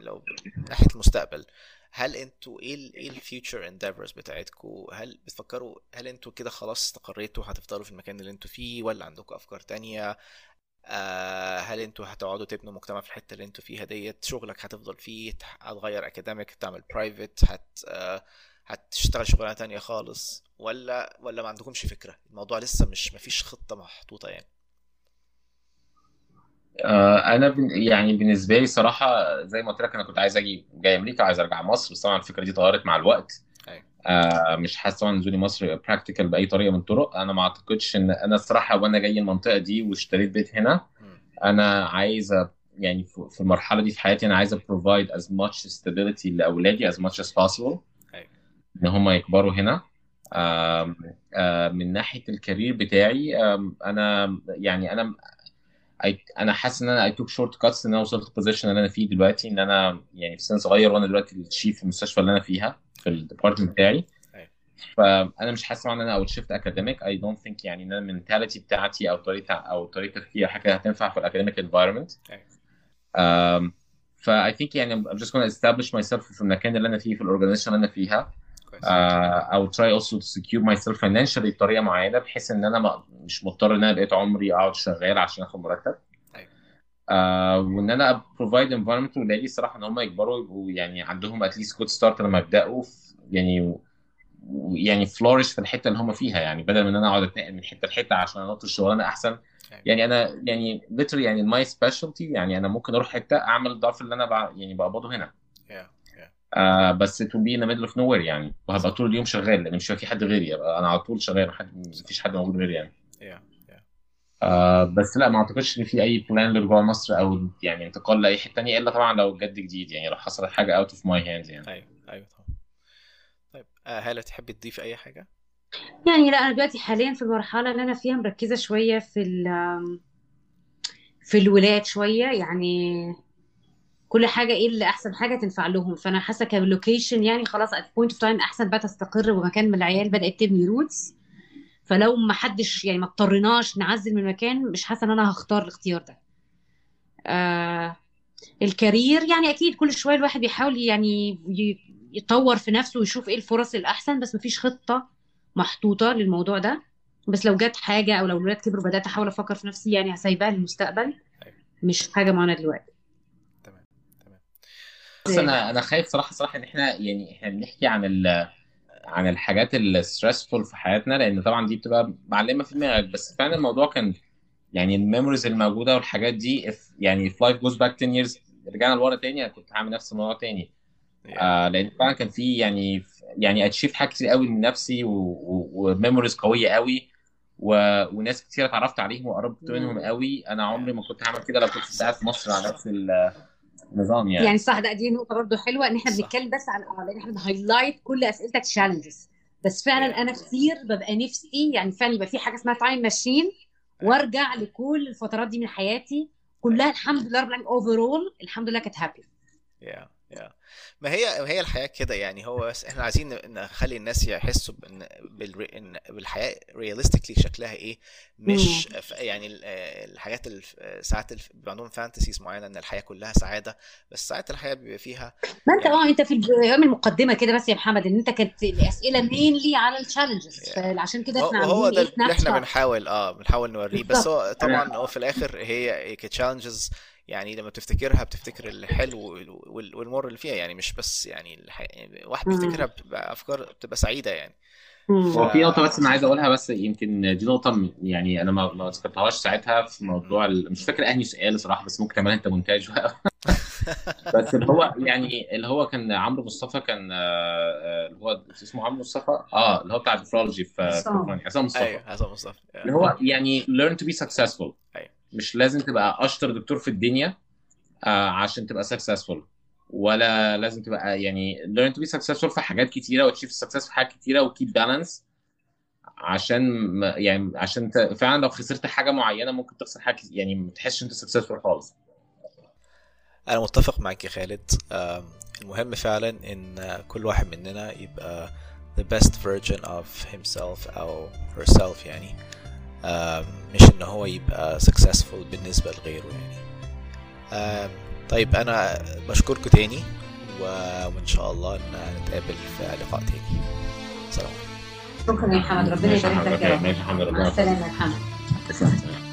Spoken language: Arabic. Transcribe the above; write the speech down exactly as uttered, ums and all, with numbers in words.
لو من ناحيه المستقبل، هل انتوا ايه ال ايه الفيوتشر انديفرز بتاعتكم؟ هل بتفكروا، هل انتوا كده خلاص استقريتوا هتفضلوا في المكان اللي انتوا فيه، ولا عندكم افكار تانية؟ آه هل انتوا هتقعدوا تبنوا مجتمع في الحته اللي انتوا فيها ديت؟ شغلك هتفضل فيه، هتغير اكاديميك، تعمل برايفت، هت آه هتشتغل شغلانه تانية خالص، ولا ولا ما عندكمش فكره؟ الموضوع لسه مش مفيش خطه محطوطه يعني. آه، انا بن يعني بالنسبه لي صراحه، زي ما قلت لك انا كنت عايز اجي جاي امريكا، عايز ارجع مصر، بس طبعا الفكره دي اتغيرت مع الوقت. ايوه. آه، مش حاسس طبعا نزولي مصر براكتيكال باي طريقه من الطرق. انا ما اعتقدش ان انا الصراحه وانا جاي المنطقه دي واشتريت بيت هنا، مم. انا عايز أ- يعني في في المرحله دي في حياتي انا عايز provide as much stability لاولادي as much as possible، ايوه. ان هم يكبروا هنا. ايوه. آم، آم، من ناحيه الكارير بتاعي، آم، انا يعني انا I- انا حاسس ان انا I took short cuts ان انا وصلت البوزيشن اللي انا فيه دلوقتي، ان انا يعني في سن صغير وانا دلوقتي الشيف في المستشفى اللي انا فيها في ايوه. الديبارتمنت بتاعي. ايوه. فانا مش حاسس ان انا اوت شيفت اكاديميك. اي دونت ثينك يعني ان انا المنتاليتي بتاعتي او طريقه او طريقه تفكيري حاجه هتنفع في الاكاديميك انفايرمنت. ايوه. ف I think يعني I'm just gonna establish myself في المكان اللي انا فيه في الاورجانيزيشن اللي انا فيها. كويس. uh, I will try also to secure myself financially بطريقه معينه، بحيث ان انا ما مش مضطر ان انا بقيت عمري اقعد شغال عشان اخد مرتب. ايوه. آه وان انا provide environment ولادي الصراحه ان هم يكبروا يبقوا يعني عندهم at least good start لما يبداوا في- يعني يعني flourish في الحته اللي هم فيها، يعني بدل من ان انا اقعد اتنقل من حته لحته عشان انط الشغلانه احسن. ايوه. يعني انا يعني literally يعني my specialty، يعني انا ممكن اروح حته اعمل الضعف اللي انا بع... يعني بقبضه هنا. yeah yeah آه بس to be in the middle of nowhere يعني، وهبقى صح. طول اليوم شغال لان مش في حد غيري، أبقى انا على طول شغال، محد صح. مفيش حد موجود غيري يعني. yeah yeah آه بس لا، ما اعتقدش ان في اي بلان لرجوع مصر او يعني انتقال لاي حته تانيه، الا طبعا لو جد جديد، يعني لو حصلت حاجه اوت اوف ماي هاندز يعني. ايوه. ايوه طبعا. طيب آه هالة، تحبي تضيفي اي حاجه؟ يعني لا، انا دلوقتي حاليا في المرحله اللي انا فيها مركزه شويه في ال- في الولاد شويه يعني. كل حاجه ايه اللي احسن حاجه تنفع لهم، فانا حاسه كلوكيشن يعني خلاص at point of time احسن بقى تستقر ومكان من العيال بدات تبني روتس. فلو ما حدش يعني ما اضطريناش نعزل من المكان، مش حاسه ان انا هختار الاختيار ده. آه الكارير يعني اكيد كل شويه الواحد بيحاول يعني ي- يطور في نفسه ويشوف ايه الفرص الاحسن، بس مفيش خطه محطوطه للموضوع ده. بس لو جت حاجه او لو الولاد كبروا بدات احاول افكر في نفسي يعني هسيبها للمستقبل، ايوه. مش حاجه معينه دلوقتي. تمام. تمام. بس انا انا خايف صراحه صراحه ان احنا يعني احنا بنحكي عن ال عن الحاجات الستريسفول في حياتنا، لان طبعا دي بتبقى معلمه في دماغك، بس فعلا الموضوع كان يعني الميموريز الموجوده والحاجات دي if يعني if life goes back ten years، رجعنا لورا تاني انا كنت هعمل نفس الموضوع تاني. yeah آه لان فعلا كان في يعني يعني اتشيف حاجات كتير قوي من نفسي وميموريز قويه قوي، و... وناس كتير اتعرفت عليهم وقربت منهم مم. قوي. انا yeah عمري ما كنت هعمل كده لو كنت قاعد صح. في مصر على صح. نفس النظام يعني يعني. صح، ده دي نقطه برضو حلوه ان احنا صح. بنتكلم بس على اه لان احنا بنهايلايت كل اسئلتك تشالنجز. بس فعلا yeah انا كتير ببقى نفسي يعني فعلا يبقى في حاجه اسمها تايم ماشين، ايوه. وارجع لكل الفترات دي من حياتي ايوه. كلها. الحمد لله رب العالمين اوفرول الحمد لله كانت هابي. يا يا ما هي ما هي الحياة كده يعني. هو بس احنا عايزين ن- نخلي الناس يحسوا بان بالر- إن بالحياة رياليستيكلي شكلها ايه، مش ف- يعني ال- آه، الحاجات اللي ف- ساعات الف- بيبقى عندهم فانتسيز معينة ان الحياة كلها سعادة، بس ساعات الحياة بيبقى فيها ما انت يعني. اه انت في الايام المقدمه كده بس يا محمد ان انت كانت الاسئله مينلي على التشالنجز، يا فعشان كده احنا وهو عاملين ده ايه اللي سناب احنا شات. بنحاول اه بنحاول نوريه، بس بالظبط. هو طبعا هو في الاخر هي كتشالنجز يعني. لما بتفتكرها بتفتكر الحلو وال- والمر اللي فيها يعني، مش بس يعني الح... يعني واحد بيفتكرها مم. بتبقى افكار بتبقى سعيدة يعني. ف هو في نقطة بس أنا عايز أقولها، بس يمكن دي نقطة م- يعني أنا ما ما ذكرتهاش ساعتها في مم. موضوع ال... مش فاكر أنهي سؤال صراحة، بس ممكن تعملها أنت مونتاج. بس اللي هو يعني اللي هو كان عمرو مصطفى كان آه، آه، اللي هو اسمه عمرو مصطفى، اه اللي هو بتاع النفرولوجي في في عصام. بريطانيا، عصام مصطفى. ايوه حسن مصطفى. اللي يا- هو يعني learn to be successful. ايوه. مش لازم تبقى أشطر دكتور في الدنيا آه، عشان تبقى successful، ولا لازم تبقى يعني learn to be successful في حاجات كتيرة وتشيف success في حاجات كتيرة وكيب بالانس. عشان ما- يعني عشان انت فعلا لو خسرت حاجه معينه ممكن تخسر حاجه كتير، يعني ما تحسش انت سكسسفول خالص. انا متفق معاك يا خالد. آم، المهم فعلا ان كل واحد مننا يبقى the best version of himself او herself يعني. آم، مش ان هو يبقى successful بالنسبة لغيره يعني. آم، طيب انا بشكركم تاني و- وان شاء الله ان نتقابل في لقاء تاني. سلام عليكم. شكرا يا محمد، ربنا ماشي يا يبارك محمد، لك يا اوكي رب. ماشي يا محمد، مع ربنا السلامه يا محمد. يخليك.